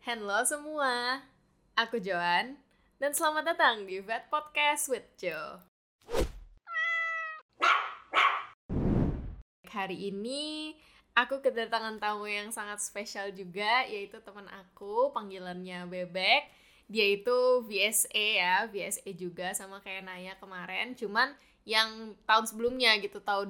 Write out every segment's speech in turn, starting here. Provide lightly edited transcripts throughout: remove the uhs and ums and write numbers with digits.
Halo semua, aku Joan, dan selamat datang di Vet Podcast with Jo. Hari ini aku kedatangan tamu yang sangat spesial juga, yaitu teman aku, panggilannya Bebek. Dia itu VSA ya, VSA juga sama kayak Naya kemarin, cuman yang tahun sebelumnya gitu, tahun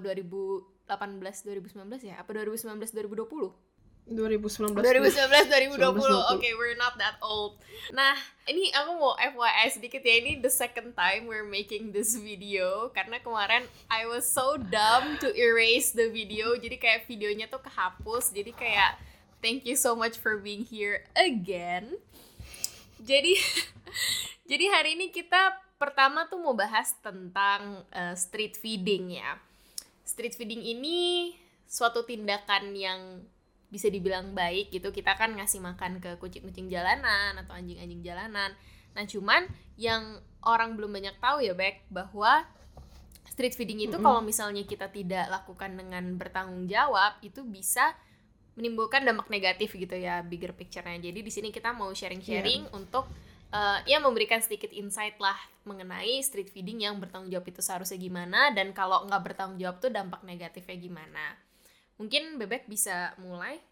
2018-2019 ya, apa 2019-2020? 2019 2020. Okay, we're not that old. Nah, ini aku mau FYI sedikit ya, ini the second time we're making this video karena kemarin I was so dumb to erase the video. Jadi kayak videonya tuh kehapus. Jadi kayak thank you so much for being here again. Jadi jadi hari ini kita pertama tuh mau bahas tentang street feeding ya. Street feeding ini suatu tindakan yang bisa dibilang baik gitu. Kita kan ngasih makan ke kucing-kucing jalanan atau anjing-anjing jalanan. Nah cuman yang orang belum banyak tahu ya Bek, bahwa street feeding itu kalau misalnya kita tidak lakukan dengan bertanggung jawab, itu bisa menimbulkan dampak negatif gitu ya, bigger picture-nya. Jadi di sini kita mau sharing-sharing untuk ya memberikan sedikit insight lah mengenai street feeding yang bertanggung jawab itu seharusnya gimana, dan kalau nggak bertanggung jawab tuh dampak negatifnya gimana. Mungkin Bebek bisa mulai.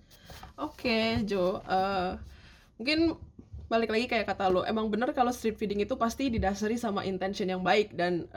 Oke, Jo. Mungkin balik lagi kayak kata lo, emang bener kalau street feeding itu pasti didasari sama intention yang baik dan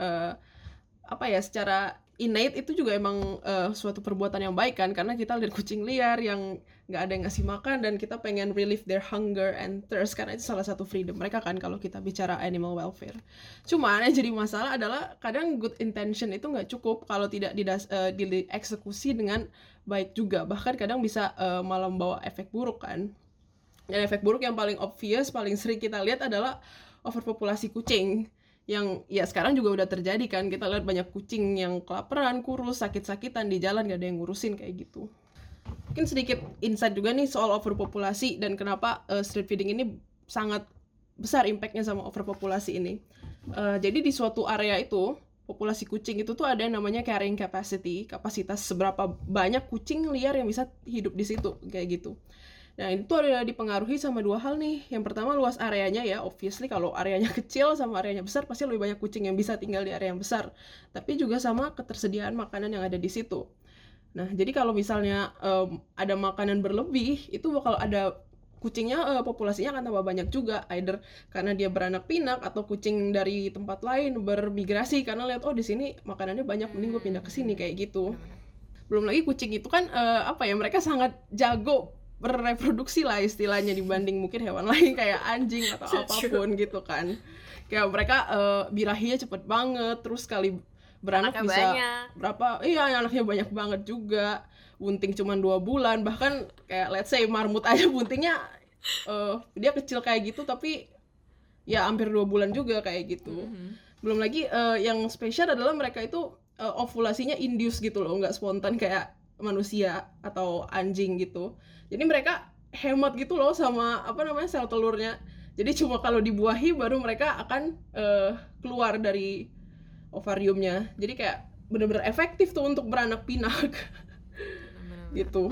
secara innate itu juga emang suatu perbuatan yang baik kan, karena kita lihat kucing liar yang nggak ada yang ngasih makan dan kita pengen relieve their hunger and thirst, karena itu salah satu freedom mereka kan kalau kita bicara animal welfare. Cuman yang jadi masalah adalah kadang good intention itu nggak cukup kalau tidak dieksekusi dengan baik juga, bahkan kadang bisa malah membawa efek buruk kan. Dan efek buruk yang paling obvious, paling sering kita lihat adalah overpopulasi kucing, yang ya sekarang juga udah terjadi kan. Kita lihat banyak kucing yang kelaparan, kurus, sakit-sakitan di jalan, gak ada yang ngurusin kayak gitu. Mungkin sedikit insight juga nih soal overpopulasi dan kenapa street feeding ini sangat besar impactnya sama overpopulasi ini. Jadi di suatu area itu, populasi kucing itu tuh ada yang namanya carrying capacity, kapasitas seberapa banyak kucing liar yang bisa hidup di situ, kayak gitu. Nah, itu ada dipengaruhi sama dua hal nih. Yang pertama, luas areanya ya. Obviously, kalau areanya kecil sama areanya besar, pasti lebih banyak kucing yang bisa tinggal di area yang besar. Tapi juga sama ketersediaan makanan yang ada di situ. Nah, jadi kalau misalnya ada makanan berlebih, itu bakal ada kucingnya, populasinya akan tambah banyak juga. Either karena dia beranak pinak, atau kucing dari tempat lain bermigrasi karena lihat, oh di sini makanannya banyak, mending gue pindah ke sini, kayak gitu. Belum lagi kucing itu kan mereka sangat jago bereproduksi lah istilahnya dibanding mungkin hewan lain kayak anjing atau apapun gitu kan. Kayak mereka birahinya cepet banget, terus sekali beranak Anaknya bisa banyak. berapa, anaknya banyak banget juga. Bunting cuma 2 bulan, bahkan kayak let's say marmut aja buntingnya dia kecil kayak gitu tapi ya hampir 2 bulan juga kayak gitu. Belum lagi yang spesial adalah mereka itu ovulasinya induce gitu loh, nggak spontan kayak manusia atau anjing gitu. Jadi mereka hemat gitu loh sama sel telurnya. Jadi cuma kalau dibuahi baru mereka akan keluar dari ovariumnya. Jadi kayak bener-bener efektif tuh untuk beranak pinak. Gitu.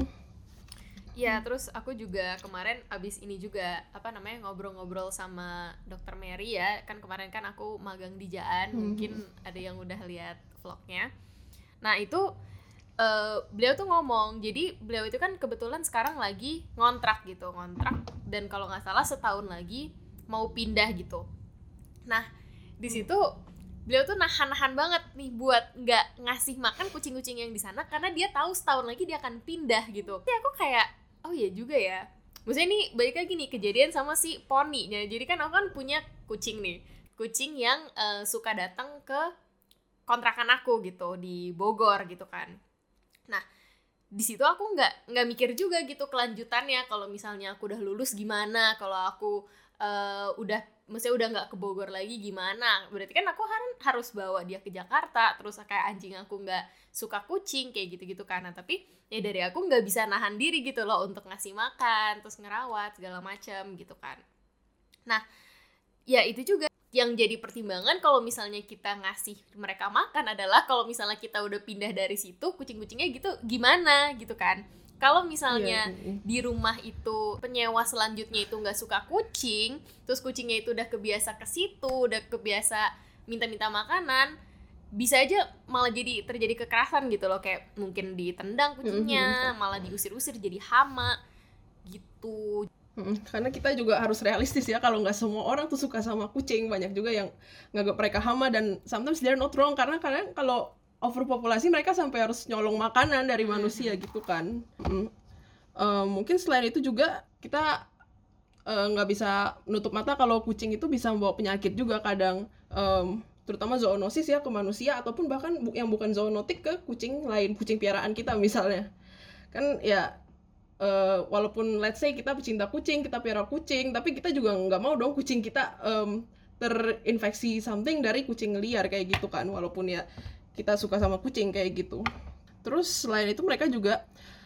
Ya, terus aku juga kemarin abis ini juga ngobrol-ngobrol sama Dr. Mary ya. Kan kemarin kan aku magang di Jaan, mungkin ada yang udah lihat vlognya. Nah, itu beliau tuh ngomong, jadi beliau itu kan kebetulan sekarang lagi ngontrak, dan kalau nggak salah setahun lagi mau pindah gitu. Nah, di situ beliau tuh nahan-nahan banget nih buat nggak ngasih makan kucing-kucing yang di sana karena dia tahu setahun lagi dia akan pindah gitu. Tapi aku kayak, oh iya juga ya. Maksudnya nih balik lagi nih kejadian sama si poninya. Jadi kan aku kan punya kucing nih, kucing yang suka datang ke kontrakan aku gitu di Bogor gitu kan. Nah, di situ aku nggak mikir juga gitu kelanjutannya, kalau misalnya aku udah lulus gimana, kalau aku udah nggak ke Bogor lagi gimana. Berarti kan aku harus bawa dia ke Jakarta, terus kayak anjing aku nggak suka kucing kayak gitu-gitu kan. Nah, tapi ya dari aku nggak bisa nahan diri gitu loh untuk ngasih makan, terus ngerawat segala macam gitu kan. Nah, ya itu juga yang jadi pertimbangan kalau misalnya kita ngasih mereka makan adalah kalau misalnya kita udah pindah dari situ, kucing-kucingnya gitu gimana gitu kan. Kalau Iya, misalnya di rumah itu penyewa selanjutnya itu nggak suka kucing, terus kucingnya itu udah kebiasa ke situ, udah kebiasa minta-minta makanan, bisa aja malah jadi terjadi kekerasan gitu loh, kayak mungkin ditendang kucingnya, malah diusir-usir jadi hama gitu. Karena kita juga harus realistis ya, kalau nggak semua orang tuh suka sama kucing, banyak juga yang nganggap mereka hama, dan sometimes they're not wrong, karena kadang kalau overpopulasi mereka sampai harus nyolong makanan dari manusia gitu kan. Mungkin selain itu juga kita nggak bisa nutup mata kalau kucing itu bisa membawa penyakit juga kadang, terutama zoonosis ya ke manusia, ataupun bahkan yang bukan zoonotik ke kucing lain, kucing piaraan kita misalnya. Kan ya walaupun let's say kita pecinta kucing, kita piara kucing, tapi kita juga nggak mau dong kucing kita terinfeksi something dari kucing liar kayak gitu kan, walaupun ya kita suka sama kucing kayak gitu. Terus selain itu mereka juga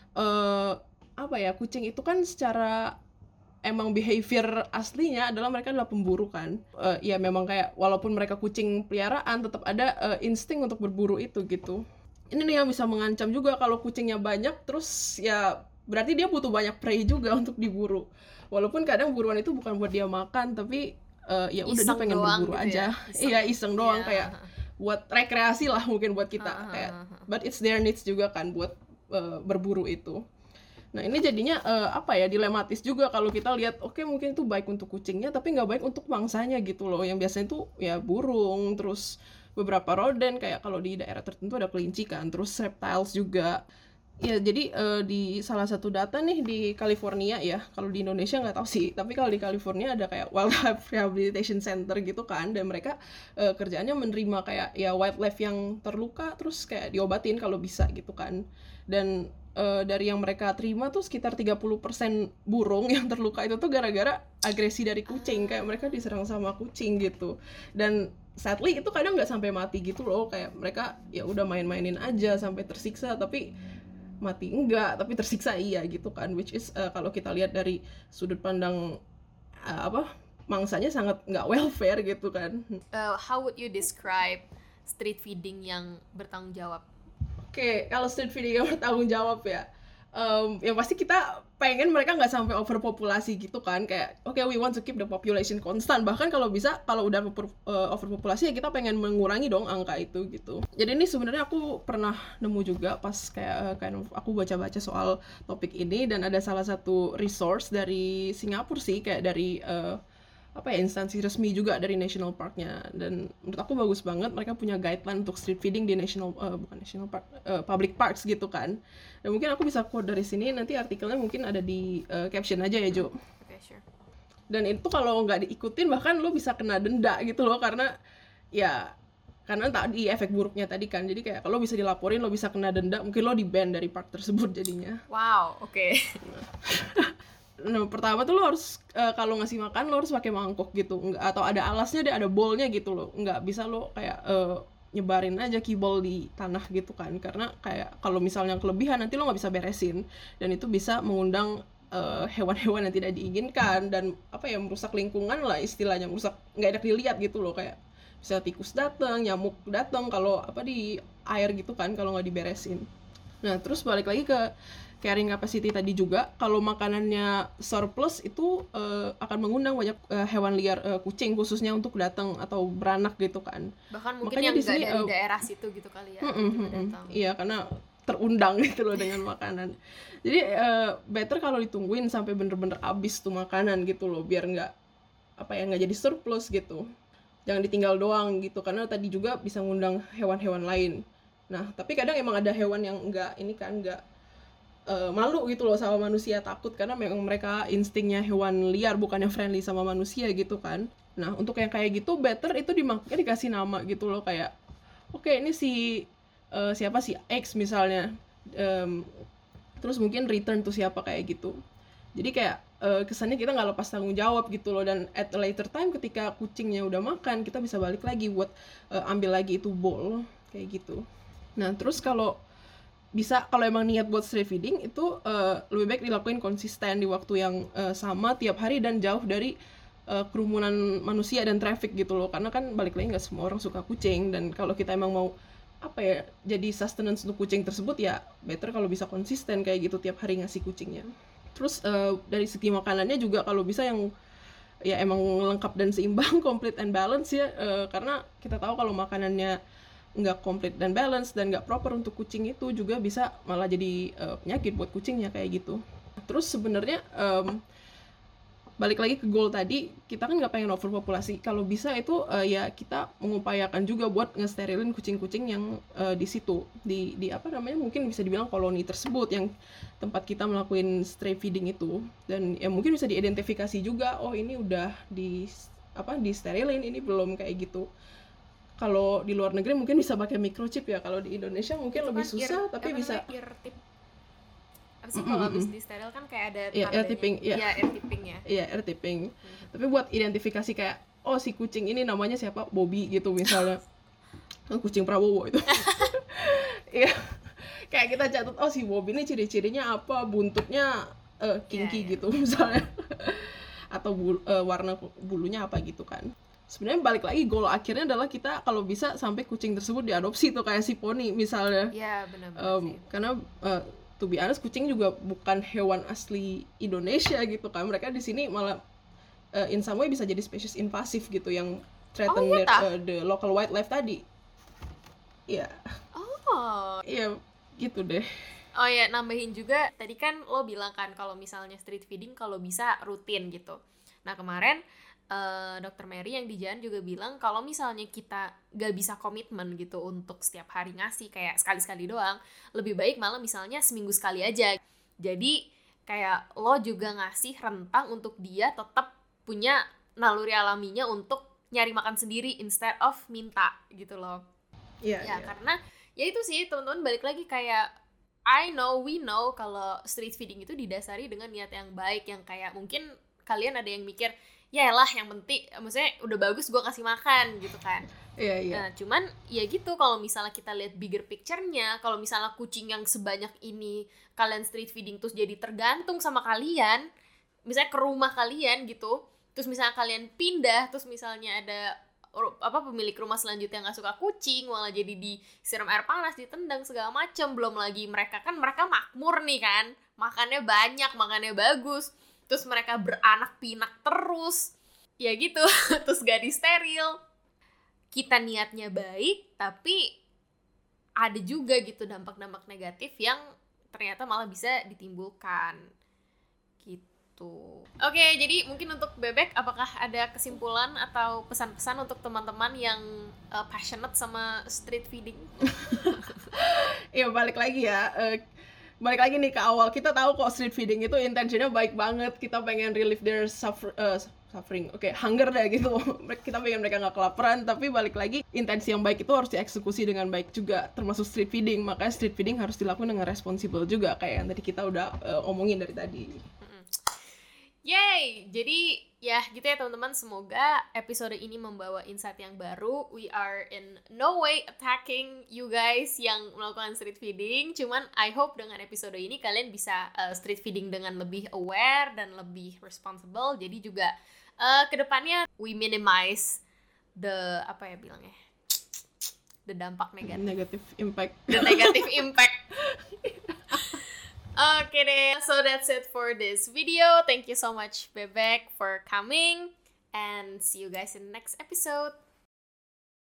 kucing itu kan secara emang behavior aslinya adalah mereka adalah pemburu kan. Ya memang kayak walaupun mereka kucing peliharaan tetap ada insting untuk berburu itu gitu. Ini nih yang bisa mengancam juga kalau kucingnya banyak, terus ya berarti dia butuh banyak prey juga untuk diburu. Walaupun kadang buruan itu bukan buat dia makan, tapi ya udah dia pengen berburu gitu aja. Iya, iseng doang, kayak buat rekreasi lah mungkin buat kita, kayak but it's their needs juga kan buat berburu itu. Nah ini jadinya dilematis juga kalau kita lihat, oke, mungkin itu baik untuk kucingnya tapi nggak baik untuk mangsanya gitu loh, yang biasanya itu ya burung, terus beberapa rodent, kayak kalau di daerah tertentu ada kelinci kan, terus reptiles juga. Ya jadi di salah satu data nih di California ya, kalau di Indonesia nggak tahu sih, tapi kalau di California ada kayak wildlife rehabilitation center gitu kan, dan mereka kerjaannya menerima kayak ya wildlife yang terluka terus kayak diobatin kalau bisa gitu kan. Dan dari yang mereka terima tuh sekitar 30% burung yang terluka itu tuh gara-gara agresi dari kucing, kayak mereka diserang sama kucing gitu. Dan sadly itu kadang nggak sampai mati gitu loh, kayak mereka ya udah main-mainin aja sampai tersiksa, tapi mati enggak, tapi tersiksa iya gitu kan, which is kalau kita lihat dari sudut pandang mangsanya sangat nggak welfare gitu kan. How would you describe street feeding yang bertanggung jawab? Oke, kalau street feeding yang bertanggung jawab ya, yang pasti kita pengen mereka nggak sampai overpopulasi gitu kan, kayak oke, we want to keep the population constant, bahkan kalau bisa kalau udah overpopulasi ya kita pengen mengurangi dong angka itu gitu. Jadi ini sebenarnya aku pernah nemu juga pas kayak aku baca-baca soal topik ini, dan ada salah satu resource dari Singapura sih, kayak dari instansi resmi juga dari national parknya, dan menurut aku bagus banget, mereka punya guideline untuk street feeding di public parks gitu kan. Dan mungkin aku bisa quote dari sini, nanti artikelnya mungkin ada di caption aja ya Jo. Okay, sure. Dan itu kalau nggak diikutin bahkan lo bisa kena denda gitu loh, karena tadi efek buruknya tadi kan, jadi kayak kalau bisa dilaporin lo bisa kena denda, mungkin lo di ban dari park tersebut jadinya. Wow, oke. Okay. Nah, pertama tuh lo harus kalau ngasih makan lo harus pakai mangkok gitu, atau ada alasnya deh, ada bowlnya gitu loh, nggak bisa lo kayak nyebarin aja kibol di tanah gitu kan, karena kayak kalau misalnya kelebihan nanti lo nggak bisa beresin, dan itu bisa mengundang hewan-hewan yang tidak diinginkan, dan merusak lingkungan lah istilahnya, merusak, nggak enak dilihat gitu loh, kayak bisa tikus datang, nyamuk datang kalau di air gitu kan kalau nggak diberesin. Nah terus balik lagi ke carrying capacity tadi juga, kalau makanannya surplus itu akan mengundang banyak hewan liar, kucing khususnya untuk datang atau beranak gitu kan. Bahkan mungkin makanya yang nggak dari daerah situ gitu kali ya, datang. Iya, karena terundang gitu loh dengan makanan. Jadi better kalau ditungguin sampai bener-bener habis tuh makanan gitu loh, biar nggak jadi surplus gitu. Jangan ditinggal doang gitu, karena tadi juga bisa ngundang hewan-hewan lain. Nah tapi kadang emang ada hewan yang nggak malu gitu loh sama manusia, takut karena memang mereka instingnya hewan liar, bukannya friendly sama manusia gitu kan. Nah untuk yang kayak gitu better itu dikasih nama gitu loh, kayak oke, ini si siapa sih X misalnya, terus mungkin return to siapa kayak gitu. Jadi kayak kesannya kita nggak lepas tanggung jawab gitu loh, dan at a later time ketika kucingnya udah makan kita bisa balik lagi buat ambil lagi itu bowl kayak gitu. Nah terus kalau emang niat buat street feeding itu lebih baik dilakuin konsisten di waktu yang sama tiap hari dan jauh dari kerumunan manusia dan traffic gitu loh, karena kan balik lagi nggak semua orang suka kucing, dan kalau kita emang mau apa ya, jadi sustenance untuk kucing tersebut, ya better kalau bisa konsisten kayak gitu tiap hari ngasih kucingnya. Terus dari segi makanannya juga kalau bisa yang ya emang lengkap dan seimbang, complete and balance ya, karena kita tahu kalau makanannya nggak complete dan balance dan nggak proper untuk kucing itu juga bisa malah jadi penyakit buat kucingnya kayak gitu. Terus sebenarnya balik lagi ke goal tadi, kita kan nggak pengen overpopulasi. Kalau bisa itu ya kita mengupayakan juga buat ngesterilin kucing-kucing yang di situ, di apa namanya, mungkin bisa dibilang koloni tersebut yang tempat kita melakukan stray feeding itu. Dan ya mungkin bisa diidentifikasi juga, oh ini udah di sterilin, ini belum, kayak gitu. Kalau di luar negeri mungkin bisa pakai microchip ya, kalau di Indonesia mungkin itu lebih kan susah, tapi bisa ear tip. Apa sih kalau habis di steril kan kayak ada ya, air tipping ya. Iya, air tipping ya. Iya, air tipping. Tapi buat identifikasi kayak, oh si kucing ini namanya siapa, Bobby gitu misalnya. Kucing Prabowo itu. Iya. Kayak kita catat, oh si Bobby ini ciri-cirinya apa, buntutnya kinky gitu misalnya. Atau warna bulunya apa gitu kan. Sebenarnya balik lagi, goal akhirnya adalah kita kalau bisa sampai kucing tersebut diadopsi tuh, kayak si Poni misalnya. Iya, benar-benar sih. Karena to be honest, kucing juga bukan hewan asli Indonesia gitu kan. Mereka di sini malah in some way bisa jadi spesies invasif gitu yang threaten the local wildlife tadi. Iya. Iya, gitu deh. Oh ya, nambahin juga, tadi kan lo bilang kan kalau misalnya street feeding kalau bisa rutin gitu. Nah kemarin Dr. Mary yang di Jalan juga bilang kalau misalnya kita gak bisa komitmen gitu untuk setiap hari ngasih, kayak sekali-sekali doang, lebih baik malah misalnya seminggu sekali aja. Jadi kayak lo juga ngasih rentang untuk dia tetap punya naluri alaminya untuk nyari makan sendiri instead of minta gitu loh. Iya. Karena ya itu sih teman-teman, balik lagi kayak we know kalau street feeding itu didasari dengan niat yang baik, yang kayak mungkin kalian ada yang mikir, ya lah yang penting, maksudnya udah bagus gue kasih makan gitu kan. Iya. Nah cuman ya gitu, kalau misalnya kita lihat bigger picture-nya, kalau misalnya kucing yang sebanyak ini kalian street feeding terus jadi tergantung sama kalian, misalnya ke rumah kalian gitu, terus misalnya kalian pindah, terus misalnya ada pemilik rumah selanjutnya nggak suka kucing, malah jadi disiram air panas, ditendang segala macem, belum lagi mereka makmur nih kan, makannya banyak, makannya bagus, terus mereka beranak pinak terus ya gitu. Terus gak di steril, kita niatnya baik tapi ada juga gitu dampak-dampak negatif yang ternyata malah bisa ditimbulkan gitu. Oke, jadi mungkin untuk Bebek, apakah ada kesimpulan atau pesan-pesan untuk teman-teman yang passionate sama street feeding? Ya balik lagi nih ke awal, kita tahu kok street feeding itu intensinya baik banget, kita pengen relieve their suffering, hunger deh gitu. Kita pengen mereka nggak kelaparan, tapi balik lagi intensi yang baik itu harus dieksekusi dengan baik juga, termasuk street feeding. Makanya street feeding harus dilakukan dengan responsible juga, kayak yang tadi kita udah omongin dari tadi. Yay! Jadi ya gitu ya teman-teman, semoga episode ini membawa insight yang baru. We are in no way attacking you guys yang melakukan street feeding, cuman I hope dengan episode ini kalian bisa street feeding dengan lebih aware dan lebih responsible. Jadi juga kedepannya we minimize the the dampak negative impact. The negative impact. Okay deh, so that's it for this video. Thank you so much Bebek for coming, and see you guys in the next episode.